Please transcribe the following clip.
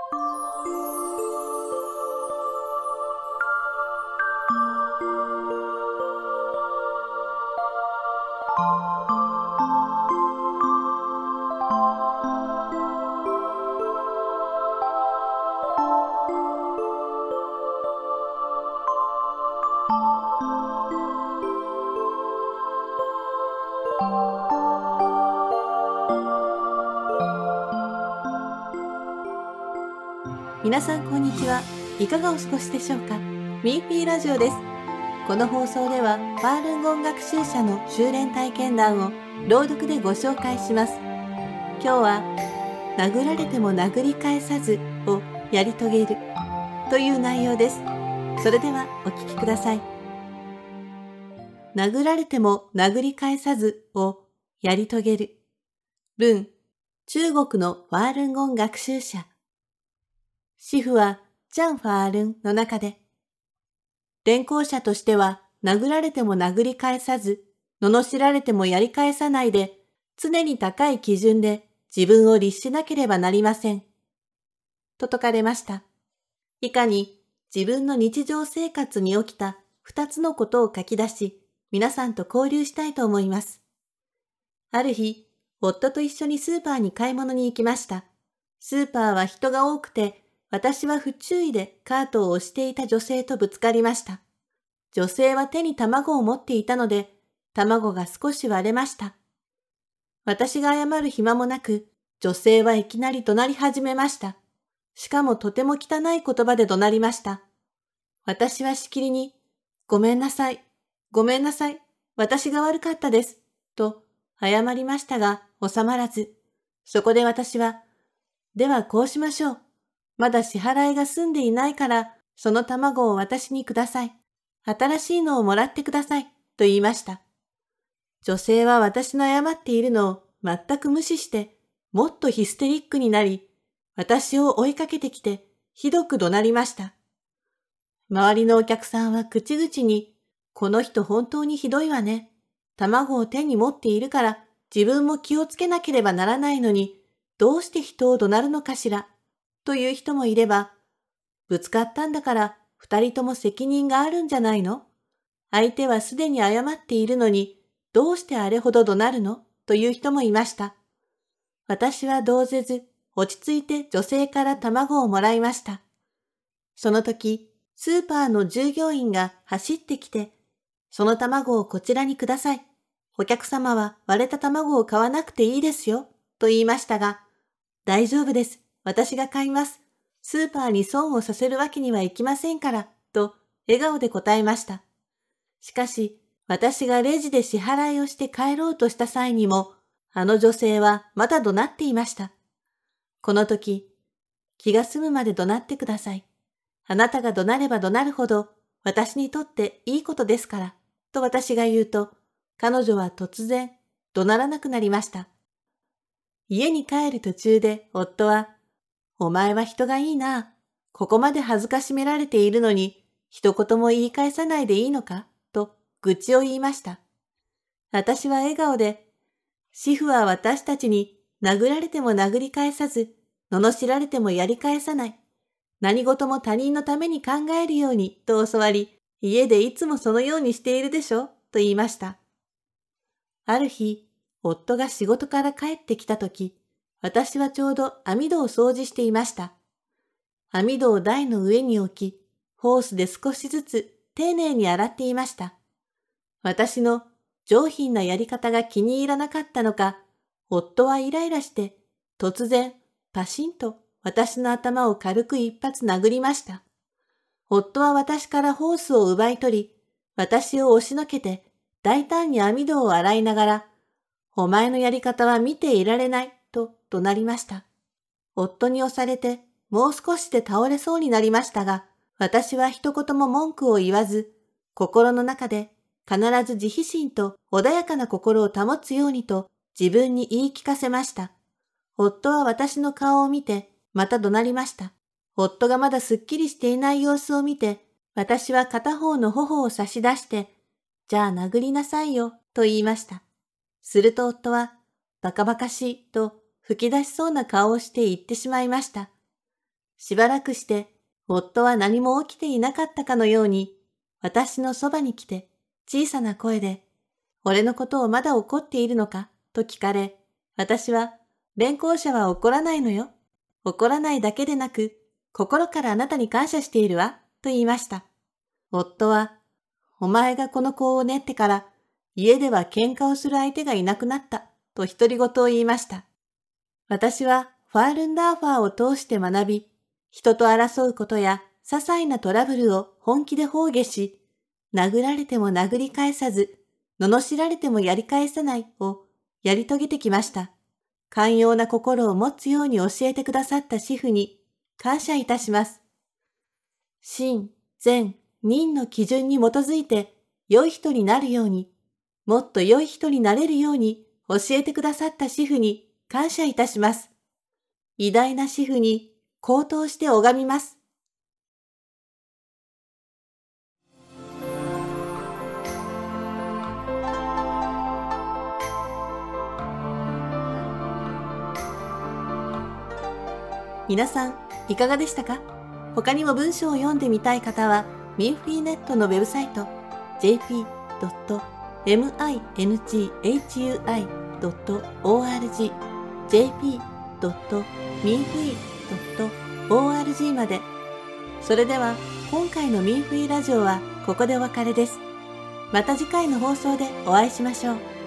皆さんこんにちは。いかがお過ごしでしょうか。ミーフィーラジオです。この放送ではファールンゴン学習者の修練体験談を朗読でご紹介します。今日は殴られても殴り返さずをやり遂げるという内容です。それではお聞きください。殴られても殴り返さずをやり遂げる。文、中国のファールンゴン学習者。師父はジャン・ファールンの中で、練行者としては殴られても殴り返さず、罵られてもやり返さないで、常に高い基準で自分を律しなければなりません。と説かれました。以下に自分の日常生活に起きた2つのことを書き出し、皆さんと交流したいと思います。ある日、夫と一緒にスーパーに買い物に行きました。スーパーは人が多くて、私は不注意でカートを押していた女性とぶつかりました。女性は手に卵を持っていたので、卵が少し割れました。私が謝る暇もなく、女性はいきなり怒鳴り始めました。しかもとても汚い言葉で怒鳴りました。私はしきりに、ごめんなさい、ごめんなさい、私が悪かったです、と謝りましたが収まらず、そこで私は、ではこうしましょう。まだ支払いが済んでいないから、その卵を私にください。新しいのをもらってください。と言いました。女性は私の謝っているのを全く無視して、もっとヒステリックになり、私を追いかけてきて、ひどく怒鳴りました。周りのお客さんは口々に、この人本当にひどいわね。卵を手に持っているから、自分も気をつけなければならないのに、どうして人を怒鳴るのかしら。という人もいれば、ぶつかったんだから二人とも責任があるんじゃないの？相手はすでに謝っているのに、どうしてあれほど怒鳴るの？という人もいました。私は動ぜず、落ち着いて女性から卵をもらいました。その時、スーパーの従業員が走ってきて、その卵をこちらにください。お客様は割れた卵を買わなくていいですよ、と言いましたが、大丈夫です。私が買います。スーパーに損をさせるわけにはいきませんから、と笑顔で答えました。しかし、私がレジで支払いをして帰ろうとした際にも、あの女性はまだ怒鳴っていました。この時、気が済むまで怒鳴ってください。あなたが怒鳴れば怒鳴るほど、私にとっていいことですから、と私が言うと、彼女は突然、怒鳴らなくなりました。家に帰る途中で夫は、お前は人がいいな。ここまで恥ずかしめられているのに、一言も言い返さないでいいのかと愚痴を言いました。私は笑顔で、主婦は私たちに殴られても殴り返さず、罵られてもやり返さない。何事も他人のために考えるようにと教わり、家でいつもそのようにしているでしょと言いました。ある日、夫が仕事から帰ってきたとき、私はちょうど網戸を掃除していました。網戸を台の上に置き、ホースで少しずつ丁寧に洗っていました。私の上品なやり方が気に入らなかったのか、夫はイライラして、突然パシンと私の頭を軽く一発殴りました。夫は私からホースを奪い取り、私を押しのけて大胆に網戸を洗いながら、お前のやり方は見ていられないと怒鳴りました。夫に押されてもう少しで倒れそうになりましたが、私は一言も文句を言わず、心の中で必ず慈悲心と穏やかな心を保つようにと自分に言い聞かせました。夫は私の顔を見てまた怒鳴りました。夫がまだすっきりしていない様子を見て、私は片方の頬を差し出して、じゃあ殴りなさいよと言いました。すると夫は、バカバカしいと吹き出しそうな顔をして言ってしまいました。 しばらくして、夫は何も起きていなかったかのように、私のそばに来て、小さな声で、俺のことをまだ怒っているのかと聞かれ、私は、連行者は怒らないのよ。怒らないだけでなく、心からあなたに感謝しているわ、と言いました。夫は、お前がこの子を練ってから、家では喧嘩をする相手がいなくなった、と独り言を言いました。私はファールンダーファーを通して学び、人と争うことや些細なトラブルを本気で放下し、殴られても殴り返さず、罵られてもやり返さないをやり遂げてきました。寛容な心を持つように教えてくださった師父に感謝いたします。真、善、忍の基準に基づいて良い人になるように、もっと良い人になれるように教えてくださった師父に感謝いたします。偉大な師父に高騰して拝みます。皆さん、いかがでしたか？他にも文章を読んでみたい方は、ミンフィーネットのウェブサイト jp.minghui.org jp.minfui.org まで。それでは、今回のミンフィーラジオはここでお別れです。また次回の放送でお会いしましょう。